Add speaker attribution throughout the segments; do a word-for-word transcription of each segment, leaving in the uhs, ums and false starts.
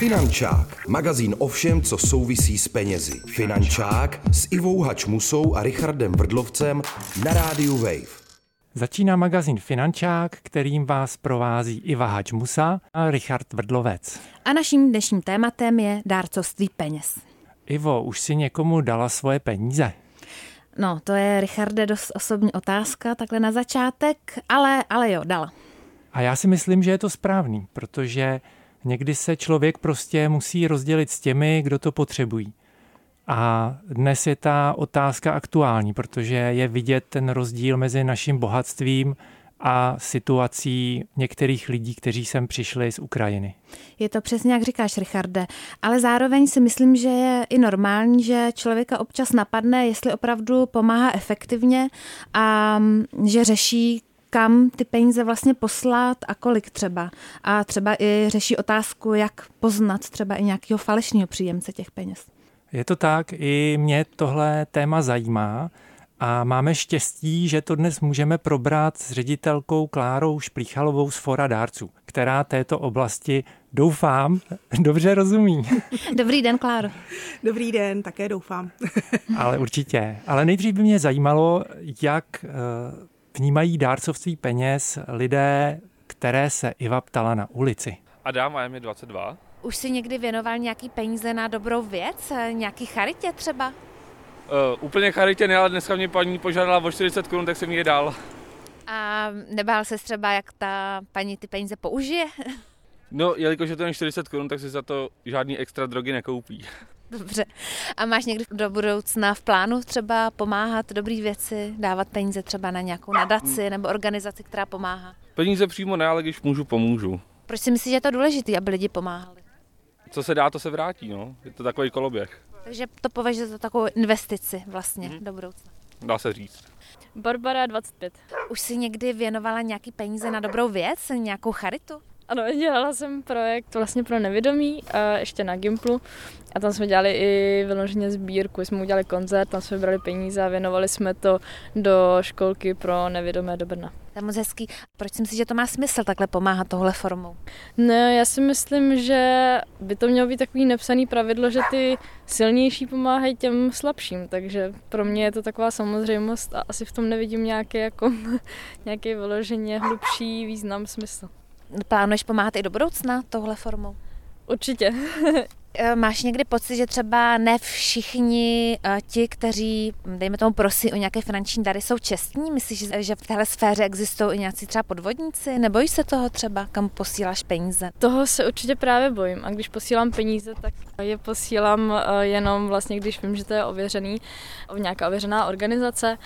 Speaker 1: Finančák, magazín o všem, co souvisí s penězi. Finančák s Ivou Hačmusou a Richardem Vrdlovcem na rádiu Wave.
Speaker 2: Začíná magazín Finančák, kterým vás provází Iva Hačmusa a Richard Vrdlovec.
Speaker 3: A naším dnešním tématem je dárcovství peněz.
Speaker 2: Ivo, už si někomu dala svoje peníze?
Speaker 3: No, to je, Richarde, dost osobní otázka, takhle na začátek, ale, ale jo, dala.
Speaker 2: A já si myslím, že je to správný, protože někdy se člověk prostě musí rozdělit s těmi, kdo to potřebují. A dnes je ta otázka aktuální, protože je vidět ten rozdíl mezi naším bohatstvím a situací některých lidí, kteří sem přišli z Ukrajiny.
Speaker 3: Je to přesně, jak říkáš, Richarde, ale zároveň si myslím, že je i normální, že člověka občas napadne, jestli opravdu pomáhá efektivně a že řeší, kam ty peníze vlastně poslat a kolik třeba. A třeba i řeší otázku, jak poznat třeba i nějakého falešného příjemce těch peněz.
Speaker 2: Je to tak, i mě tohle téma zajímá a máme štěstí, že to dnes můžeme probrat s ředitelkou Klárou Šplíchalovou z Fóra dárců, která této oblasti, doufám, dobře rozumí.
Speaker 3: Dobrý den, Kláro.
Speaker 4: Dobrý den, také doufám.
Speaker 2: Ale určitě. Ale nejdřív by mě zajímalo, jak vnímají dárcovství peněz lidé, které se Iva ptala na ulici.
Speaker 5: Adam, a je mi dvacet dva.
Speaker 3: Už si někdy věnoval nějaký peníze na dobrou věc? Nějaký charitě třeba?
Speaker 5: Uh, úplně charitě ne, ale dneska mě paní požádala o čtyřicet korun, tak jsem jí je dal.
Speaker 3: A nebál ses třeba, jak ta paní ty peníze použije?
Speaker 5: No, jelikož je to jen čtyřicet korun, tak si za to žádný extra drogy nekoupí.
Speaker 3: Dobře. A máš někdy do budoucna v plánu třeba pomáhat dobrý věci, dávat peníze třeba na nějakou nadaci nebo organizaci, která pomáhá?
Speaker 5: Peníze přímo ne, ale když můžu, pomůžu.
Speaker 3: Proč si myslíš, že je to důležité, aby lidi pomáhali?
Speaker 5: Co se dá, to se vrátí, no. Je to takový koloběh.
Speaker 3: Takže to považuješ za takovou investici vlastně hmm. do budoucna.
Speaker 5: Dá se říct.
Speaker 6: Barbara, dvacet pět.
Speaker 3: Už jsi někdy věnovala nějaký peníze na dobrou věc, nějakou charitu?
Speaker 6: Ano, dělala jsem projekt vlastně pro nevědomí, a ještě na Gimplu. A tam jsme dělali i vyloženě sbírku, jsme udělali koncert, tam jsme brali peníze a věnovali jsme to do školky pro nevědomé do Brna.
Speaker 3: To je moc hezký. Proč si myslíš, že to má smysl takhle pomáhat tohle formou?
Speaker 6: No, já si myslím, že by to mělo být takový nepsaný pravidlo, že ty silnější pomáhají těm slabším, takže pro mě je to taková samozřejmost a asi v tom nevidím nějaký, jako, nějaký vyloženě hlubší význam, smysl.
Speaker 3: Plánuješ pomáhat i do budoucna touhle formou?
Speaker 6: Určitě.
Speaker 3: Máš někdy pocit, že třeba ne všichni ti, kteří, dejme tomu, prosí o nějaké finanční dary, jsou čestní? Myslíš, že v téhle sféře existují i nějací třeba podvodníci? Nebojíš se toho třeba, kam posíláš peníze?
Speaker 6: Toho se určitě právě bojím. A když posílám peníze, tak je posílám jenom vlastně, když vím, že to je ověřený, nějaká ověřená organizace.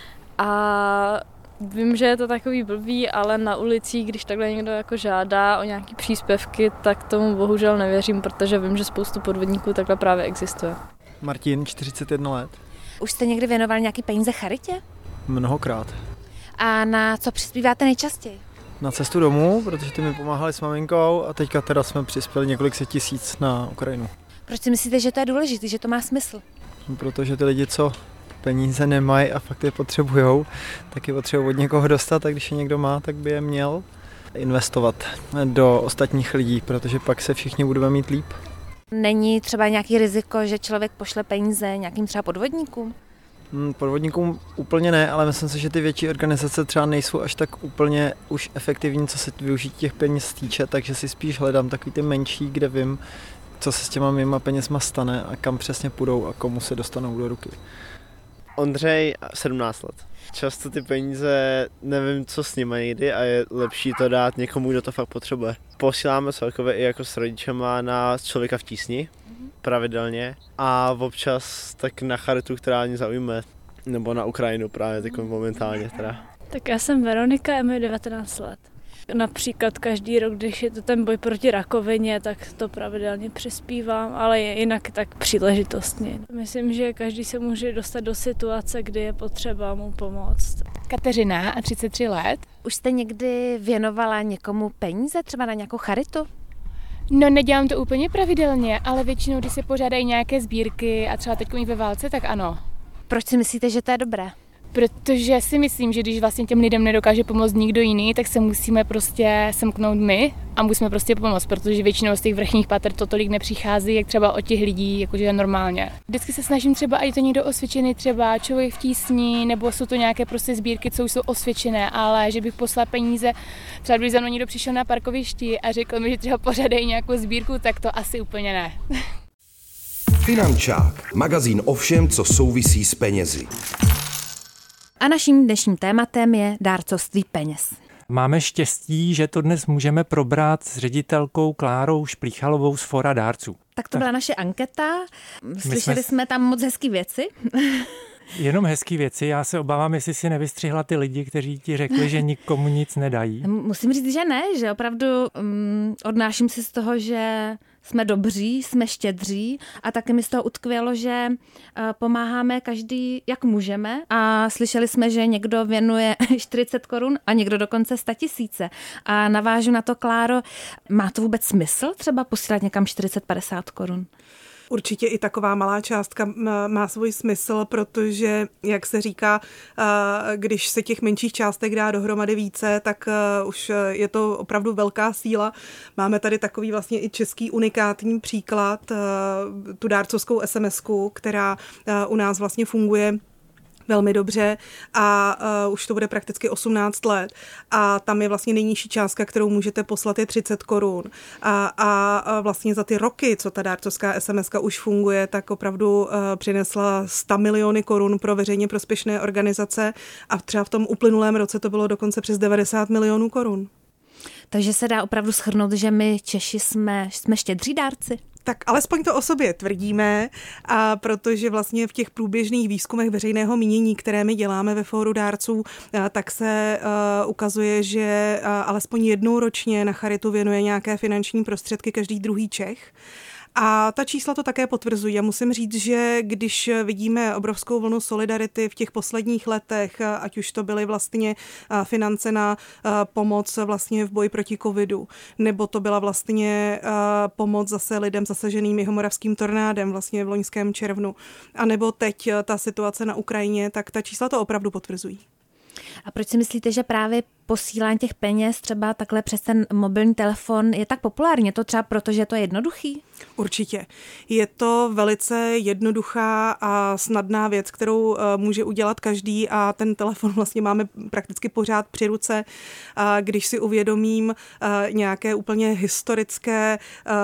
Speaker 6: A vím, že je to takový blbý, ale na ulici, když takhle někdo jako žádá o nějaký příspěvky, tak tomu bohužel nevěřím, protože vím, že spoustu podvodníků takhle právě existuje.
Speaker 7: Martin, čtyřicet jedna let.
Speaker 3: Už jste někdy věnoval nějaký peníze charitě?
Speaker 7: Mnohokrát.
Speaker 3: A na co přispíváte nejčastěji?
Speaker 7: Na cestu domů, protože ty mi pomáhali s maminkou a teďka teda jsme přispěli několik set tisíc na Ukrajinu.
Speaker 3: Proč si myslíte, že to je důležité, že to má smysl?
Speaker 7: Protože ty lidi, co peníze nemají a fakt je potřebujou, tak je potřebují od někoho dostat a když je někdo má, tak by je měl investovat do ostatních lidí, protože pak se všichni budeme mít líp.
Speaker 3: Není třeba nějaký riziko, že člověk pošle peníze nějakým třeba podvodníkům?
Speaker 7: Podvodníkům úplně ne, ale myslím si, že ty větší organizace třeba nejsou až tak úplně už efektivní, co se využití těch peněz týče, takže si spíš hledám takový ty menší, kde vím, co se s těma mýma penězma stane a kam přesně půjdou a komu se dostanou do ruky.
Speaker 8: Ondřej, sedmnáct let. Často ty peníze, nevím, co s nimi jde a je lepší to dát někomu, kdo to fakt potřebuje. Posíláme celkově i jako s rodičema na člověka v tísni, pravidelně, a občas tak na charitu, která mě zaujme, nebo na Ukrajinu právě teď momentálně teda.
Speaker 6: Tak já jsem Veronika, je mi devatenáct let. Například každý rok, když je to ten boj proti rakovině, tak to pravidelně přispívám, ale je jinak tak příležitostně. Myslím, že každý se může dostat do situace, kdy je potřeba mu pomoct.
Speaker 9: Kateřina, a třicet tři let.
Speaker 3: Už jste někdy věnovala někomu peníze, třeba na nějakou charitu?
Speaker 9: No, nedělám to úplně pravidelně, ale většinou, když se pořádají nějaké sbírky a třeba teď ve válce, tak ano.
Speaker 3: Proč si myslíte, že to je dobré?
Speaker 9: Protože si myslím, že když vlastně těm lidem nedokáže pomoct nikdo jiný, tak se musíme prostě semknout my a musíme prostě pomoct, protože většinou z těch vrchních pater to tolik nepřichází, jak třeba od těch lidí, jakože normálně. Vždycky se snažím třeba, ať to někdo osvědčený, třeba Člověk v tísni, nebo jsou to nějaké prostě sbírky, co už jsou osvědčené, ale že bych poslala peníze, třeba když za mnou někdo přišel na parkovišti a řekl mi, že třeba pořádají nějakou sbírku, tak to asi úplně ne.
Speaker 1: Finančák, magazín o všem, co souvisí s penězi.
Speaker 3: A naším dnešním tématem je dárcovství peněz.
Speaker 2: Máme štěstí, že to dnes můžeme probrat s ředitelkou Klárou Šplíchalovou z Fóra dárců.
Speaker 3: Tak to byla naše anketa. Slyšeli jsme,
Speaker 2: jsme
Speaker 3: tam moc hezký věci.
Speaker 2: Jenom hezký věci. Já se obávám, jestli si nevystřihla ty lidi, kteří ti řekli, že nikomu nic nedají.
Speaker 3: Musím říct, že ne, že opravdu um, odnáším si z toho, že jsme dobří, jsme štědří a taky mi z toho utkvělo, že uh, pomáháme každý, jak můžeme a slyšeli jsme, že někdo věnuje čtyřicet korun a někdo dokonce sto tisíce. A navážu na to, Kláro, má to vůbec smysl třeba posílat někam čtyřicet padesát korun?
Speaker 4: Určitě i taková malá částka má svůj smysl, protože, jak se říká, když se těch menších částek dá dohromady více, tak už je to opravdu velká síla. Máme tady takový vlastně i český unikátní příklad, tu dárcovskou es em esku, která u nás vlastně funguje velmi dobře a uh, už to bude prakticky osmnáct let a tam je vlastně nejnižší částka, kterou můžete poslat, je třicet korun a, a, a vlastně za ty roky, co ta dárcovská es em eska už funguje, tak opravdu uh, přinesla sto miliony korun pro veřejně prospěšné organizace a třeba v tom uplynulém roce to bylo dokonce přes devadesát milionů korun.
Speaker 3: Takže se dá opravdu shrnout, že my Češi jsme, jsme štědří dárci?
Speaker 4: Tak alespoň to o sobě tvrdíme, a protože vlastně v těch průběžných výzkumech veřejného mínění, které my děláme ve Fóru dárců, tak se uh, ukazuje, že uh, alespoň jednou ročně na charitu věnuje nějaké finanční prostředky každý druhý Čech. A ta čísla to také potvrzují. Já musím říct, že když vidíme obrovskou vlnu solidarity v těch posledních letech, ať už to byly vlastně finance na pomoc vlastně v boji proti covidu, nebo to byla vlastně pomoc zase lidem zasaženým jihomoravským tornádem vlastně v loňském červnu, a nebo teď ta situace na Ukrajině, tak ta čísla to opravdu potvrzují.
Speaker 3: A proč si myslíte, že právě posílání těch peněz třeba takhle přes ten mobilní telefon je tak populární? Je to třeba proto, že to je jednoduchý?
Speaker 4: Určitě. Je to velice jednoduchá a snadná věc, kterou může udělat každý a ten telefon vlastně máme prakticky pořád při ruce. Když si uvědomím nějaké úplně historické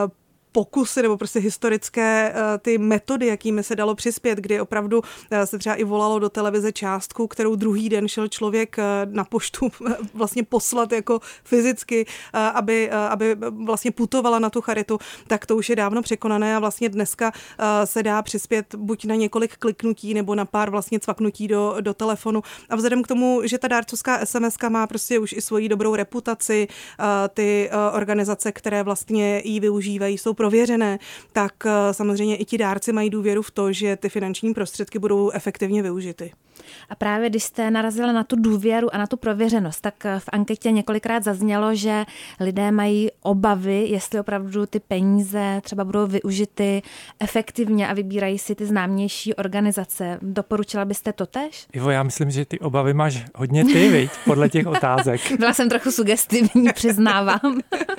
Speaker 4: pokusy nebo prostě historické uh, ty metody, jakými se dalo přispět, kdy opravdu uh, se třeba i volalo do televize částku, kterou druhý den šel člověk uh, na poštu vlastně poslat jako fyzicky, uh, aby, uh, aby vlastně putovala na tu charitu, tak to už je dávno překonané a vlastně dneska uh, se dá přispět buď na několik kliknutí nebo na pár vlastně cvaknutí do, do telefonu. A vzhledem k tomu, že ta dárcovská es em eska má prostě už i svoji dobrou reputaci, uh, ty uh, organizace, které vlastně ji využívají, jsou prověřené, tak samozřejmě i ti dárci mají důvěru v to, že ty finanční prostředky budou efektivně využity.
Speaker 3: A právě když jste narazila na tu důvěru a na tu prověřenost, tak v anketě několikrát zaznělo, že lidé mají obavy, jestli opravdu ty peníze třeba budou využity efektivně a vybírají si ty známější organizace. Doporučila byste to též?
Speaker 2: Ivo, já myslím, že ty obavy máš hodně ty, viď, podle těch otázek.
Speaker 3: Byla jsem trochu sugestivní, přiznávám.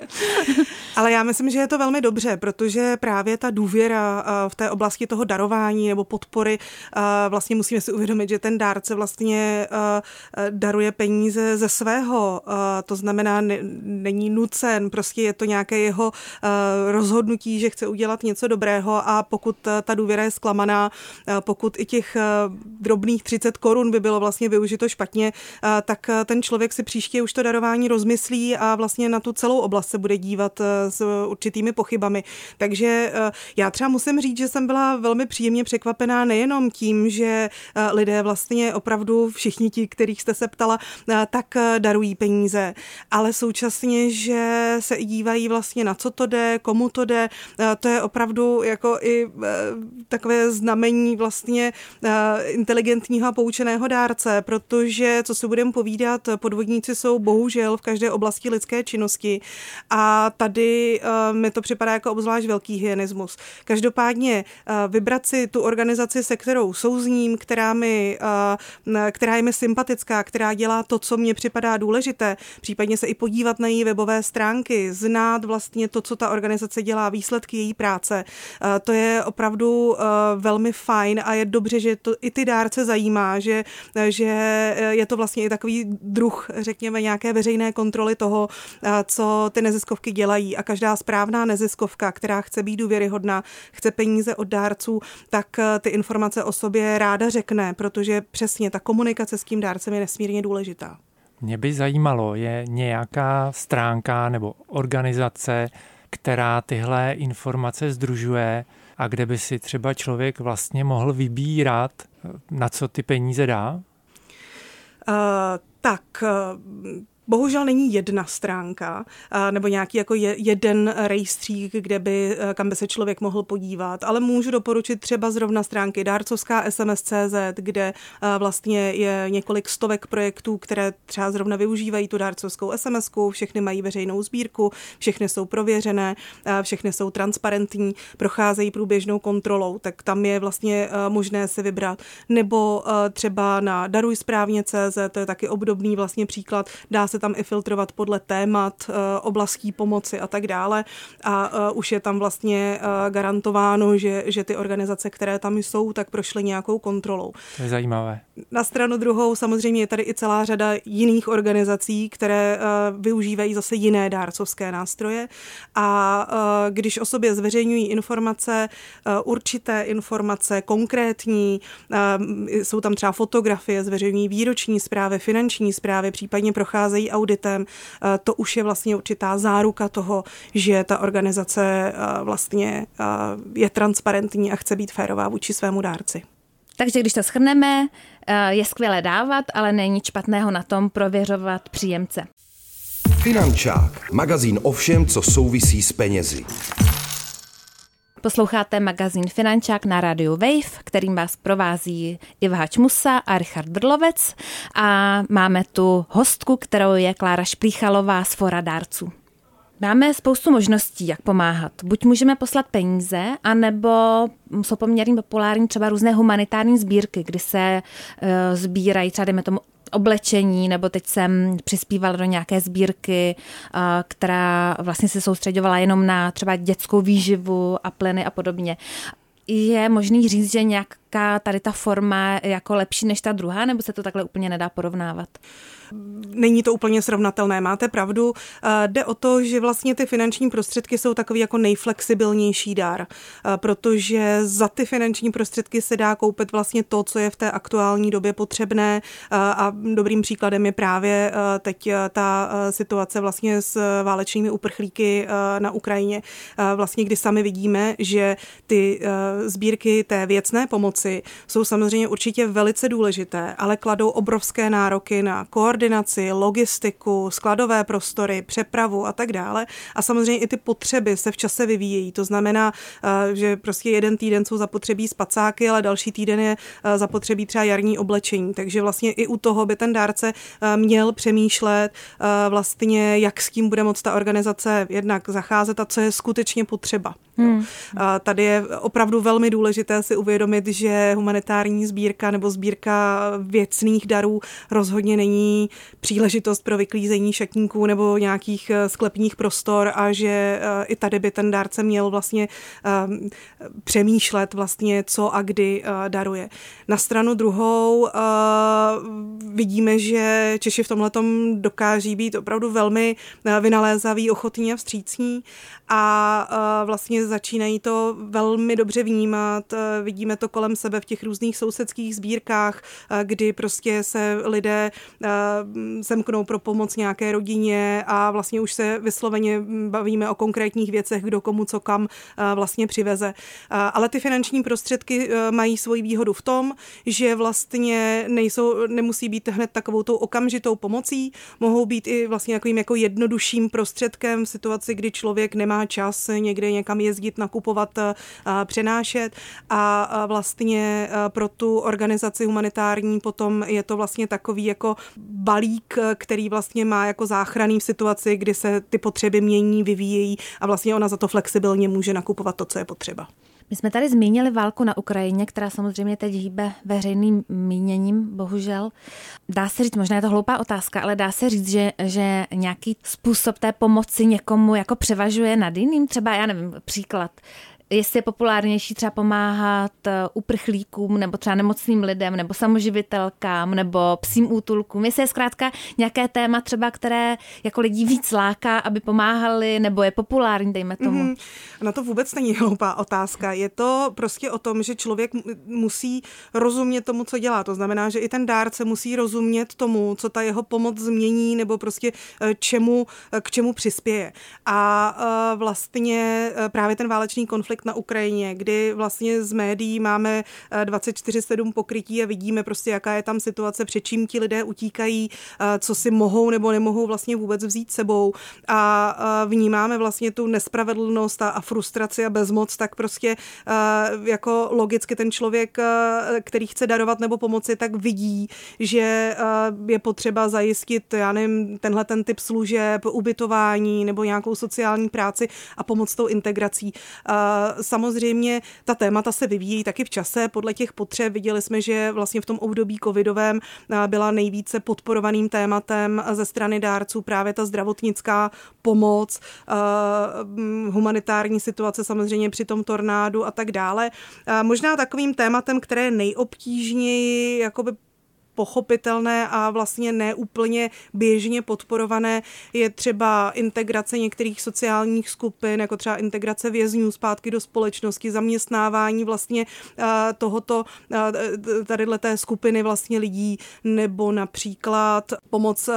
Speaker 4: Ale já myslím, že je to velmi dobře, protože právě ta důvěra v té oblasti toho darování nebo podpory, vlastně musíme si uvědomit, že ten dárce vlastně daruje peníze ze svého, to znamená, není nucen, prostě je to nějaké jeho rozhodnutí, že chce udělat něco dobrého a pokud ta důvěra je zklamaná, pokud i těch drobných třicet korun by bylo vlastně využito špatně, tak ten člověk si příště už to darování rozmyslí a vlastně na tu celou oblast se bude dívat s určitými pochybami. Takže já třeba musím říct, že jsem byla velmi příjemně překvapená nejenom tím, že lidé vlastně opravdu všichni ti, kterých jste se ptala, tak darují peníze, ale současně, že se i dívají vlastně na co to jde, komu to jde, to je opravdu jako i takové znamení vlastně inteligentního a poučeného dárce, protože, co si budeme povídat, podvodníci jsou bohužel v každé oblasti lidské činnosti a tady mi to připadá jako obzvlášť velký hyenismus. Každopádně vybrat si tu organizaci, se kterou souzním, která mi která je mi sympatická, která dělá to, co mně připadá důležité, případně se i podívat na její webové stránky, znát vlastně to, co ta organizace dělá, výsledky její práce. To je opravdu velmi fajn a je dobře, že to i ty dárce zajímá, že, že je to vlastně i takový druh, řekněme, nějaké veřejné kontroly toho, co ty neziskovky dělají. A každá správná neziskovka, která chce být důvěryhodná, chce peníze od dárců, tak ty informace o sobě ráda řekne, protože přesně ta komunikace s tím dárcem je nesmírně důležitá.
Speaker 2: Mě by zajímalo, je nějaká stránka nebo organizace, která tyhle informace sdružuje a kde by si třeba člověk vlastně mohl vybírat, na co ty peníze dá? Uh,
Speaker 4: tak... Uh... Bohužel není jedna stránka nebo nějaký jako jeden rejstřík, kde by, kam by se člověk mohl podívat, ale můžu doporučit třeba zrovna stránky dárcovská es em es tečka cé zet, kde vlastně je několik stovek projektů, které třeba zrovna využívají tu dárcovskou SMSku, všechny mají veřejnou sbírku, všechny jsou prověřené, všechny jsou transparentní, procházejí průběžnou kontrolou, tak tam je vlastně možné si vybrat. Nebo třeba na daruj správně tečka cé zet, to je taky obdobný vlastně příklad, dá se tam i filtrovat podle témat, oblastí pomoci a tak dále a už je tam vlastně garantováno, že, že ty organizace, které tam jsou, tak prošly nějakou kontrolou.
Speaker 2: To je zajímavé.
Speaker 4: Na stranu druhou samozřejmě je tady i celá řada jiných organizací, které využívají zase jiné dárcovské nástroje a když o sobě zveřejňují informace, určité informace, konkrétní, jsou tam třeba fotografie, zveřejňují výroční zprávy, finanční zprávy, případně procházejí auditem, to už je vlastně určitá záruka toho, že ta organizace vlastně je transparentní a chce být férová vůči svému dárci.
Speaker 3: Takže když to shrneme, je skvělé dávat, ale není nic špatného na tom prověřovat příjemce.
Speaker 1: Finančák, magazín o všem, co souvisí s penězi.
Speaker 3: Posloucháte magazín Finančák na rádiu Wave, kterým vás provází Iva Hačmusa a Richard Vrdlovec a máme tu hostku, kterou je Klára Šplíchalová z Fóra dárců. Máme spoustu možností, jak pomáhat. Buď můžeme poslat peníze, anebo jsou poměrně populární třeba různé humanitární sbírky, kdy se uh, sbírají třeba dejme tomu oblečení, nebo teď jsem přispívala do nějaké sbírky, uh, která vlastně se soustředovala jenom na třeba dětskou výživu a plyny a podobně. Je možný říct, že nějaká tady ta forma je jako lepší než ta druhá, nebo se to takhle úplně nedá porovnávat?
Speaker 4: Není to úplně srovnatelné, máte pravdu. Jde o to, že vlastně ty finanční prostředky jsou takový jako nejflexibilnější dar, protože za ty finanční prostředky se dá koupit vlastně to, co je v té aktuální době potřebné a dobrým příkladem je právě teď ta situace vlastně s válečnými uprchlíky na Ukrajině. Vlastně kdy sami vidíme, že ty sbírky té věcné pomoci jsou samozřejmě určitě velice důležité, ale kladou obrovské nároky na koordinaci, logistiku, skladové prostory, přepravu a tak dále. A samozřejmě i ty potřeby se v čase vyvíjejí. To znamená, že prostě jeden týden jsou zapotřebí spacáky, ale další týden je zapotřebí třeba jarní oblečení. Takže vlastně i u toho by ten dárce měl přemýšlet vlastně, jak s tím bude moct ta organizace jednak zacházet a co je skutečně potřeba. Hmm. Tady je opravdu velmi důležité si uvědomit, že humanitární sbírka nebo sbírka věcných darů rozhodně není příležitost pro vyklízení šatníků nebo nějakých sklepních prostor a že i tady by ten dárce měl vlastně přemýšlet vlastně, co a kdy daruje. Na stranu druhou vidíme, že Češi v tomhletom dokáží být opravdu velmi vynalézaví, ochotní a vstřícní a vlastně začínají to velmi dobře vnímat. Vidíme to kolem sebe v těch různých sousedských sbírkách, kdy prostě se lidé semknou pro pomoc nějaké rodině a vlastně už se vysloveně bavíme o konkrétních věcech, kdo komu co kam vlastně přiveze. Ale ty finanční prostředky mají svoji výhodu v tom, že vlastně nejsou, nemusí být hned takovou tou okamžitou pomocí, mohou být i vlastně jakým jako jednodušším prostředkem v situaci, kdy člověk nemá čas někde někam jezdit, nakupovat, přenášet a vlastně pro tu organizaci humanitární potom je to vlastně takový jako balík, který vlastně má jako záchranný v situaci, kdy se ty potřeby mění, vyvíjejí a vlastně ona za to flexibilně může nakupovat to, co je potřeba.
Speaker 3: My jsme tady zmínili válku na Ukrajině, která samozřejmě teď hýbe veřejným míněním, bohužel. Dá se říct, možná je to hloupá otázka, ale dá se říct, že, že nějaký způsob té pomoci někomu jako převažuje nad jiným? Třeba, já nevím, příklad. Jestli je populárnější třeba pomáhat uprchlíkům nebo třeba nemocným lidem nebo samoživitelkám nebo psím útulkům. Jestli je zkrátka nějaké téma třeba, které jako lidí víc láká, aby pomáhali, nebo je populární, dejme tomu. Mm-hmm.
Speaker 4: Na to vůbec není hloupá otázka. Je to prostě o tom, že člověk musí rozumět tomu, co dělá. To znamená, že i ten dárce musí rozumět tomu, co ta jeho pomoc změní nebo prostě čemu, k čemu přispěje. A vlastně právě ten válečný konflikt na Ukrajině, kdy vlastně z médií máme dvacet čtyři sedm pokrytí a vidíme prostě, jaká je tam situace, před čím ti lidé utíkají, co si mohou nebo nemohou vlastně vůbec vzít sebou a vnímáme vlastně tu nespravedlnost a frustraci a bezmoc, tak prostě jako logicky ten člověk, který chce darovat nebo pomoci, tak vidí, že je potřeba zajistit, já nevím, tenhle ten typ služeb, ubytování nebo nějakou sociální práci a pomoc tou integrací. Samozřejmě ta témata se vyvíjí taky v čase podle těch potřeb. Viděli jsme, že vlastně v tom období covidovém byla nejvíce podporovaným tématem ze strany dárců právě ta zdravotnická pomoc, humanitární situace samozřejmě při tom tornádu a tak dále. Možná takovým tématem, které je nejobtížněji jakoby pochopitelné a vlastně neúplně běžně podporované, je třeba integrace některých sociálních skupin, jako třeba integrace vězňů zpátky do společnosti, zaměstnávání vlastně tohoto, tadyhleté skupiny vlastně lidí, nebo například pomoc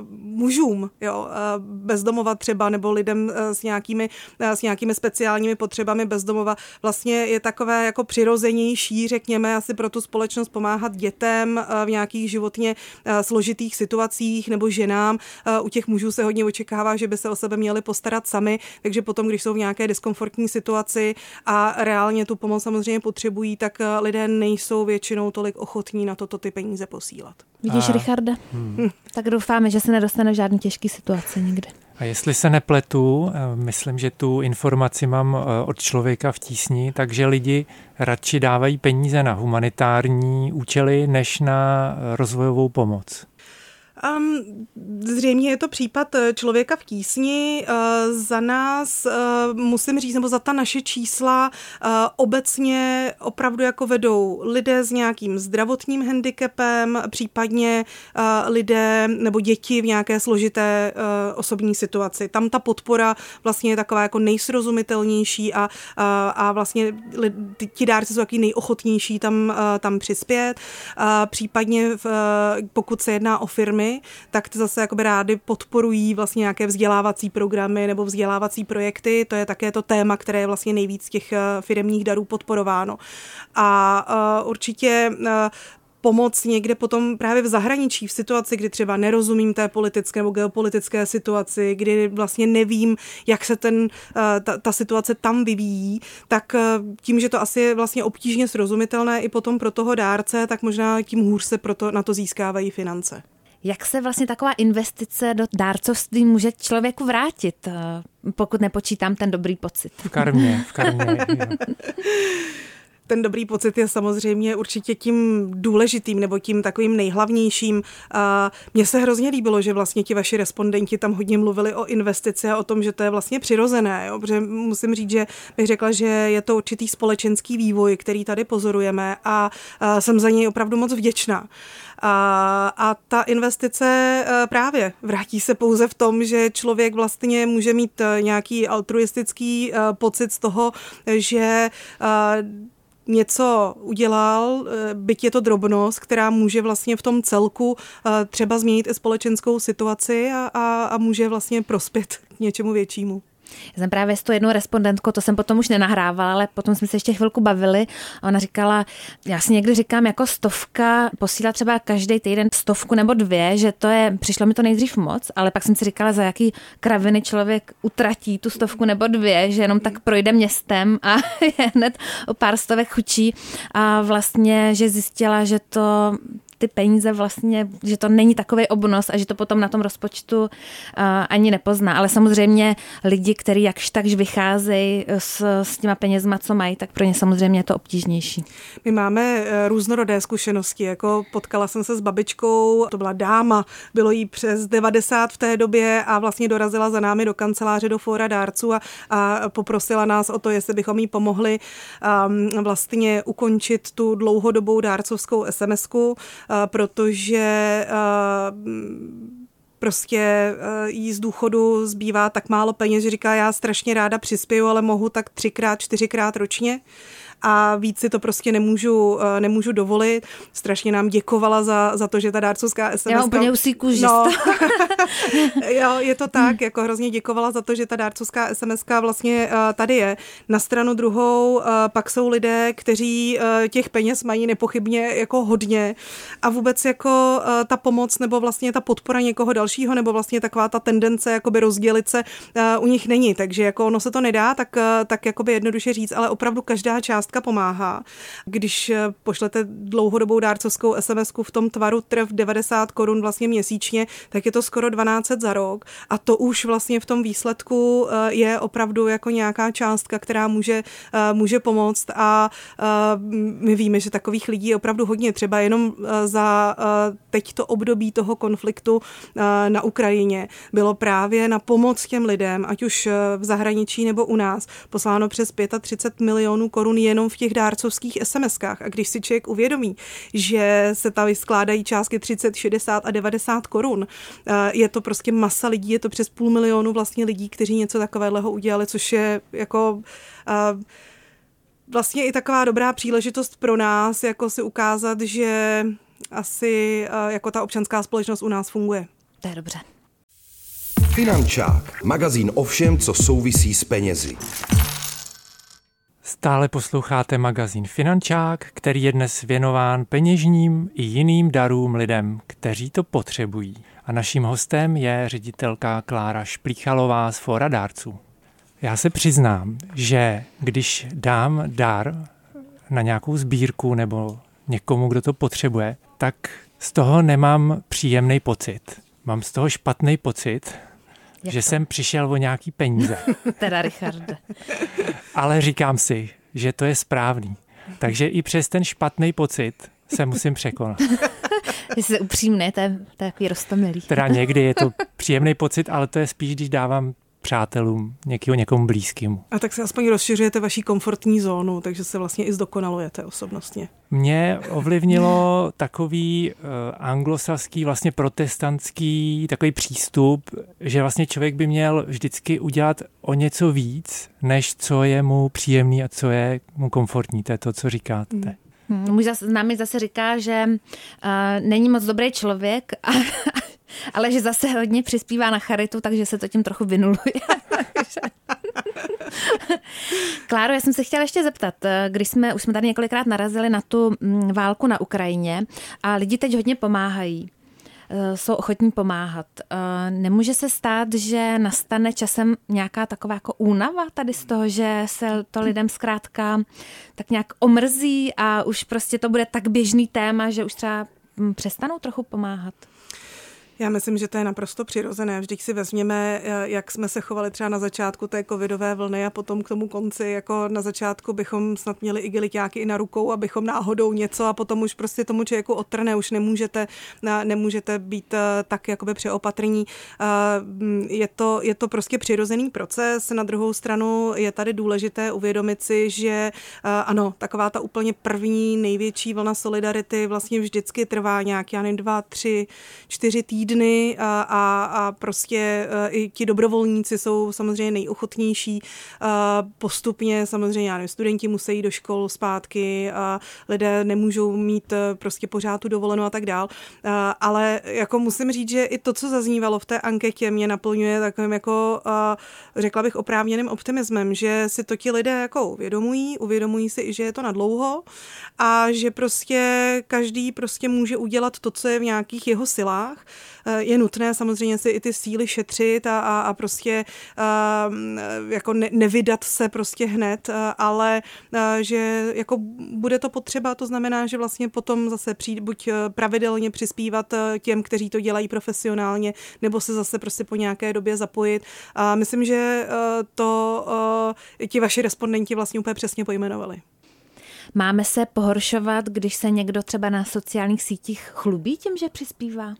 Speaker 4: mužům, jo, bezdomova třeba, nebo lidem s nějakými, s nějakými speciálními potřebami bezdomova. Vlastně je takové jako přirozenější, řekněme, asi pro tu společnost pomáhat dětem v nějakých životně složitých situacích nebo ženám. U těch mužů se hodně očekává, že by se o sebe měli postarat sami, takže potom, když jsou v nějaké diskomfortní situaci a reálně tu pomoc samozřejmě potřebují, tak lidé nejsou většinou tolik ochotní na toto ty peníze posílat.
Speaker 3: Vidíš, a... Richarde? Hmm. Tak doufáme, že se nedostane v žádný těžký situaci nikdy.
Speaker 2: A jestli se nepletu, myslím, že tu informaci mám od člověka v tísni, takže lidi radši dávají peníze na humanitární účely, než na rozvojovou pomoc.
Speaker 4: Um, zřejmě je to případ člověka v tísni. Uh, za nás uh, musím říct, nebo za ta naše čísla uh, obecně opravdu jako vedou lidé s nějakým zdravotním handicapem, případně uh, lidé nebo děti v nějaké složité uh, osobní situaci. Tam ta podpora vlastně je taková jako nejsrozumitelnější a, uh, a vlastně ty, ti dárci jsou taky nejochotnější tam, uh, tam přispět. Uh, případně v, uh, pokud se jedná o firmy, tak ty zase jakoby rády podporují vlastně nějaké vzdělávací programy nebo vzdělávací projekty. To je také to téma, které je vlastně nejvíc těch firemních darů podporováno. A uh, určitě uh, pomoc někde potom právě v zahraničí, v situaci, kdy třeba nerozumím té politické nebo geopolitické situaci, kdy vlastně nevím, jak se ten, ta, ta situace tam vyvíjí, tak tím, že to asi je vlastně obtížně srozumitelné i potom pro toho dárce, tak možná tím hůř se proto, na to získávají finance.
Speaker 3: Jak se vlastně taková investice do dárcovství může člověku vrátit, pokud nepočítám ten dobrý pocit?
Speaker 2: V karmě, v karmě.
Speaker 4: Ten dobrý pocit je samozřejmě určitě tím důležitým nebo tím takovým nejhlavnějším. Mně se hrozně líbilo, že vlastně ti vaši respondenti tam hodně mluvili o investici a o tom, že to je vlastně přirozené. Jo? Protože musím říct, že bych řekla, že je to určitý společenský vývoj, který tady pozorujeme a jsem za něj opravdu moc vděčná. A, a ta investice právě vrátí se pouze v tom, že člověk vlastně může mít nějaký altruistický pocit z toho, že něco udělal, byť je to drobnost, která může vlastně v tom celku třeba změnit i společenskou situaci a, a, a může vlastně prospět k něčemu většímu.
Speaker 3: Já jsem právě s tou jednou respondentkou, to jsem potom už nenahrávala, ale potom jsme se ještě chvilku bavili a ona říkala, já si někdy říkám jako stovka, posílá třeba každý týden stovku nebo dvě, že to je, přišlo mi to nejdřív moc, ale pak jsem si říkala, za jaký kraviny člověk utratí tu stovku nebo dvě, že jenom tak projde městem a je hned o pár stovek chudší a vlastně, že zjistila, že to ty peníze vlastně, že to není takový obnos a že to potom na tom rozpočtu uh, ani nepozná. Ale samozřejmě lidi, kteří jakž takž vycházejí s, s těma penězma, co mají, tak pro ně samozřejmě je to obtížnější.
Speaker 4: My máme různorodé zkušenosti, jako potkala jsem se s babičkou, to byla dáma, bylo jí přes devadesát v té době a vlastně dorazila za námi do kanceláře do Fóra dárců a, a poprosila nás o to, jestli bychom jí pomohli um, vlastně ukončit tu dlouhodobou dárcovskou es em esku, uh, protože uh, prostě jí z důchodu zbývá tak málo peněz, že říká, já strašně ráda přispěju, ale mohu tak třikrát, čtyřikrát ročně a víc si to prostě nemůžu, nemůžu dovolit. Strašně nám děkovala za, za to, že ta dárcovská es em eska...
Speaker 3: Já úplně usí kůži.
Speaker 4: No. Jo, je to tak, jako hrozně děkovala za to, že ta dárcovská es em eska vlastně tady je. Na stranu druhou pak jsou lidé, kteří těch peněz mají nepochybně jako hodně a vůbec jako ta pomoc nebo vlastně ta podpora někoho dalšího nebo vlastně taková ta tendence jakoby rozdělit se u nich není, takže jako ono se to nedá tak, tak jakoby jednoduše říct, ale opravdu každá část pomáhá. Když pošlete dlouhodobou dárcovskou es em esku v tom tvaru trv devadesát korun vlastně měsíčně, tak je to skoro dvanáct set za rok a to už vlastně v tom výsledku je opravdu jako nějaká částka, která může, může pomoct a my víme, že takových lidí je opravdu hodně. Třeba jenom za teď to období toho konfliktu na Ukrajině bylo právě na pomoc těm lidem, ať už v zahraničí nebo u nás, posláno přes třicet pět milionů korun jenom v těch dárcovských es em eskách. A když si člověk uvědomí, že se tam skládají částky třicet, šedesát a devadesát korun, je to prostě masa lidí, je to přes půl milionu vlastně lidí, kteří něco takového udělali, což je jako vlastně i taková dobrá příležitost pro nás, jako si ukázat, že asi jako ta občanská společnost u nás funguje.
Speaker 3: To je dobře.
Speaker 1: Finančák, magazín o všem, co souvisí s penězi.
Speaker 2: Stále posloucháte magazín Finančák, který je dnes věnován peněžním i jiným darům lidem, kteří to potřebují. A naším hostem je ředitelka Klára Šplíchalová z Fóra dárců. Já se přiznám, že když dám dar na nějakou sbírku nebo někomu, kdo to potřebuje, tak z toho nemám příjemný pocit. Mám z toho špatný pocit, Jak že to? jsem přišel o nějaký peníze.
Speaker 3: Teda, Richarde.
Speaker 2: Ale říkám si, že to je správný. Takže i přes ten špatný pocit se musím překonat.
Speaker 3: Jsi upřímný, to je, to je takový roztomilý.
Speaker 2: Teda někdy je to příjemný pocit, ale to je spíš, když dávám přátelům, někoho, někomu blízkému.
Speaker 4: A tak se aspoň rozšiřujete vaši komfortní zónu, takže se vlastně i zdokonalujete osobnostně.
Speaker 2: Mě ovlivnilo takový uh, anglosaský, vlastně protestantský takový přístup, že vlastně člověk by měl vždycky udělat o něco víc, než co je mu příjemný a co je mu komfortní. To je to, co říkáte. Hmm.
Speaker 3: Můj zase, námi zase říká, že uh, není moc dobrý člověk, a, ale že zase hodně přispívá na charitu, takže se to tím trochu vynuluje. Kláro, já jsem se chtěla ještě zeptat, když jsme, už jsme tady několikrát narazili na tu válku na Ukrajině a lidi teď hodně pomáhají, jsou ochotní pomáhat. Nemůže se stát, že nastane časem nějaká taková jako únava tady z toho, že se to lidem zkrátka tak nějak omrzí a už prostě to bude tak běžný téma, že už třeba přestanou trochu pomáhat?
Speaker 4: Já myslím, že to je naprosto přirozené. Vždyť si vezměme, jak jsme se chovali třeba na začátku té covidové vlny a potom k tomu konci, jako na začátku bychom snad měli igeliťáky i na rukou, abychom náhodou něco a potom už prostě tomu člověku odtrhne, už nemůžete, nemůžete být tak jakoby přeopatrní. Je to, je to prostě přirozený proces. Na druhou stranu je tady důležité uvědomit si, že ano, taková ta úplně první největší vlna solidarity vlastně vždycky trvá nějak, já nevím, dva, tři, čtyři týdny dny a, a, a prostě i ti dobrovolníci jsou samozřejmě nejochotnější. Postupně samozřejmě, já nevím, studenti musí jít do škol zpátky a lidé nemůžou mít prostě pořád tu dovolenou a tak dál. Ale jako musím říct, že i to, co zaznívalo v té anketě, mě naplňuje takovým jako, řekla bych, oprávněným optimismem, že si to ti lidé jako uvědomují, uvědomují si i, že je to na dlouho a že prostě každý prostě může udělat to, co je v nějakých jeho silách. je nutné samozřejmě si i ty síly šetřit a, a, a prostě jako ne, nevydat se prostě hned, ale že jako bude to potřeba, to znamená, že vlastně potom zase přijít buď pravidelně přispívat těm, kteří to dělají profesionálně, nebo se zase prostě po nějaké době zapojit. A myslím, že to ti vaši respondenti vlastně úplně přesně pojmenovali.
Speaker 3: Máme se pohoršovat, když se někdo třeba na sociálních sítích chlubí tím, že přispívá?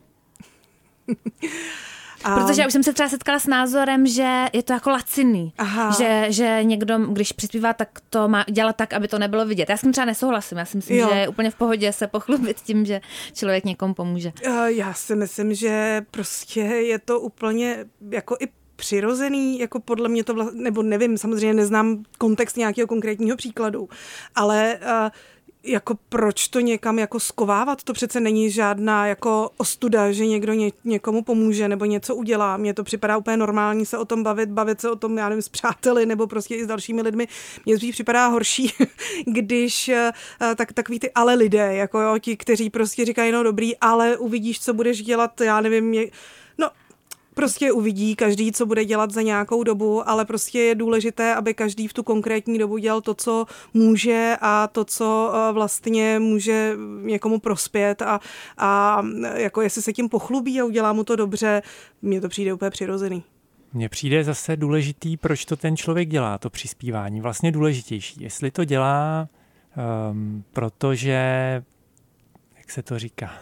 Speaker 3: A... Protože já už jsem se třeba setkala s názorem, že je to jako laciný. Že, že někdo, když přispívá, tak to má dělat tak, aby to nebylo vidět. Já s tím třeba nesouhlasím. Já si myslím, jo. že je úplně v pohodě se pochlubit tím, že člověk někomu pomůže. Já si myslím, že prostě je to úplně jako i přirozený, jako podle mě to, vlastně, nebo nevím, samozřejmě neznám kontext nějakého konkrétního příkladu, ale uh, jako proč to někam jako skovávat, to přece není žádná jako ostuda, že někdo ně, někomu pomůže nebo něco udělá. Mně to připadá úplně normální se o tom bavit, bavit se o tom, já nevím, s přáteli nebo prostě i s dalšími lidmi. Mně spíš připadá horší, když uh, tak, takový ty ale lidé, jako jo, ti, kteří prostě říkají, no dobrý, ale uvidíš, co budeš dělat, já nevím, je, no prostě uvidí každý, co bude dělat za nějakou dobu, ale prostě je důležité, aby každý v tu konkrétní dobu dělal to, co může a to, co vlastně může někomu prospět a, a jako jestli se tím pochlubí a udělá mu to dobře, mně to přijde úplně přirozený.
Speaker 2: Mně přijde zase důležitý, proč to ten člověk dělá, to přispívání. Vlastně důležitější. Jestli to dělá, um, protože, jak se to říká,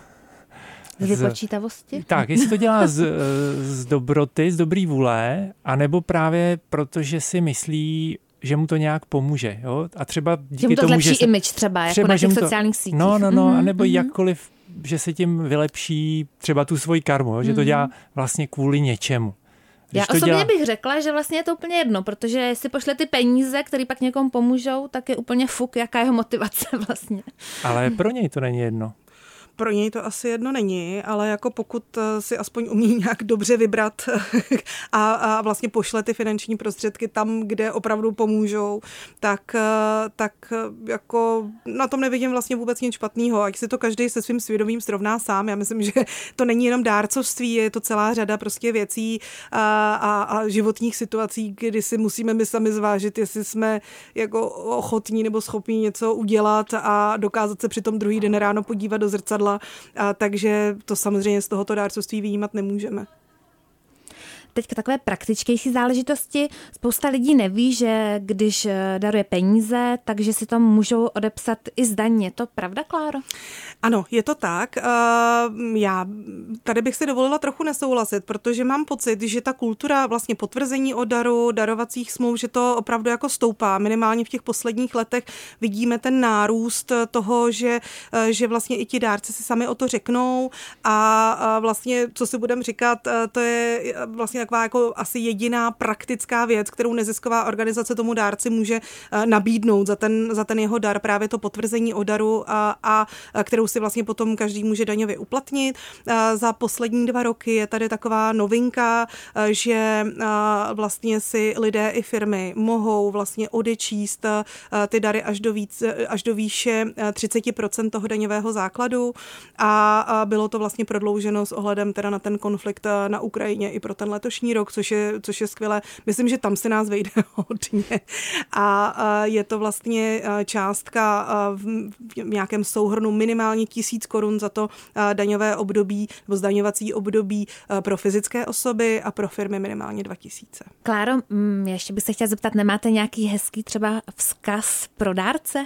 Speaker 3: z vypočítavosti?
Speaker 2: Tak, jestli to dělá z, z dobroty, z dobrý vůle, anebo právě protože si myslí, že mu to nějak pomůže. Jo? A třeba díky
Speaker 3: že mu to
Speaker 2: tomu,
Speaker 3: zlepší
Speaker 2: že se,
Speaker 3: image třeba, jako třeba na těch sociálních sítích.
Speaker 2: No, no, no,
Speaker 3: mm-hmm,
Speaker 2: anebo
Speaker 3: mm-hmm.
Speaker 2: jakkoliv, že se tím vylepší třeba tu svoji karmu, jo? Že to dělá vlastně kvůli něčemu.
Speaker 3: Když Já osobně dělá... bych řekla, že vlastně je to úplně jedno, protože jestli pošle ty peníze, které pak někomu pomůžou, tak je úplně fuk, jaká je jeho motivace vlastně.
Speaker 2: Ale pro něj to není jedno.
Speaker 4: Pro něj to asi jedno není, ale jako pokud si aspoň umí nějak dobře vybrat a, a vlastně pošle ty finanční prostředky tam, kde opravdu pomůžou, tak, tak jako na tom nevidím vlastně vůbec nic špatného. Ať si to každý se svým svědomím srovná sám. Já myslím, že to není jenom dárcovství, je to celá řada prostě věcí a, a, a životních situací, kdy si musíme my sami zvážit, jestli jsme jako ochotní nebo schopní něco udělat a dokázat se při tom druhý den ráno podívat do zrcadla. A takže to samozřejmě z tohoto dárcovství vyjímat nemůžeme.
Speaker 3: Teďka takové praktičtější záležitosti. Spousta lidí neví, že když daruje peníze, takže si to můžou odepsat i zdaně. Je to pravda, Kláro?
Speaker 4: Ano, je to tak. Já tady bych si dovolila trochu nesouhlasit, protože mám pocit, že ta kultura vlastně potvrzení o daru, darovacích smluv, že to opravdu jako stoupá. Minimálně v těch posledních letech vidíme ten nárůst toho, že, že vlastně i ti dárci si sami o to řeknou a vlastně, co si budeme říkat, to je vlastně taková jako asi jediná praktická věc, kterou nezisková organizace tomu dárci může nabídnout za ten, za ten jeho dar, právě to potvrzení o daru a, a kterou si vlastně potom každý může daňově uplatnit. Za poslední dva roky je tady taková novinka, že vlastně si lidé i firmy mohou vlastně odečíst ty dary až do, více, až do výše třicet procent toho daňového základu a bylo to vlastně prodlouženo s ohledem teda na ten konflikt na Ukrajině i pro ten letošní rok, což je, což je skvělé. Myslím, že tam se nás vejde hodně. A je to vlastně částka v nějakém souhrnu minimálně tisíc korun za to daňové období nebo zdaňovací období pro fyzické osoby a pro firmy minimálně dva tisíce.
Speaker 3: Kláro, ještě bych se chtěla zeptat, nemáte nějaký hezký třeba vzkaz pro dárce?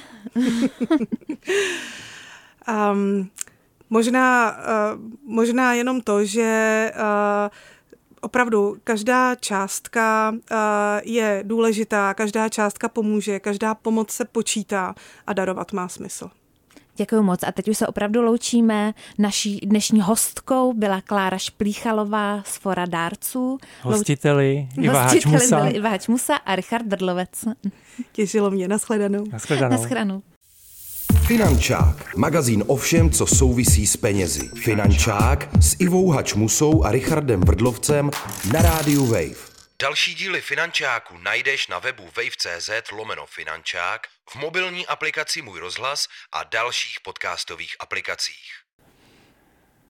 Speaker 4: um, možná, uh, možná jenom to, že uh, opravdu každá částka uh, je důležitá, každá částka pomůže, každá pomoc se počítá a darovat má smysl.
Speaker 3: Děkuji moc. A teď už se opravdu loučíme. Naší dnešní hostkou byla Klára Šplíchalová z Fora dárců.
Speaker 2: Hostiteli Iva Hačmusa.
Speaker 3: Hostiteli Iva Hačmusa a Richard Brdlovec.
Speaker 4: Těšilo mě. Nashledanou.
Speaker 2: Nashledanou.
Speaker 3: Nashledanou.
Speaker 1: Finančák. Magazín o všem, co souvisí s penězi. Finančák s Ivou Hačmusou a Richardem Brdlovcem na rádiu Wave. Další díly Finančáku najdeš na webu wave.cz lomeno finančák, v mobilní aplikaci Můj rozhlas a dalších podcastových aplikacích.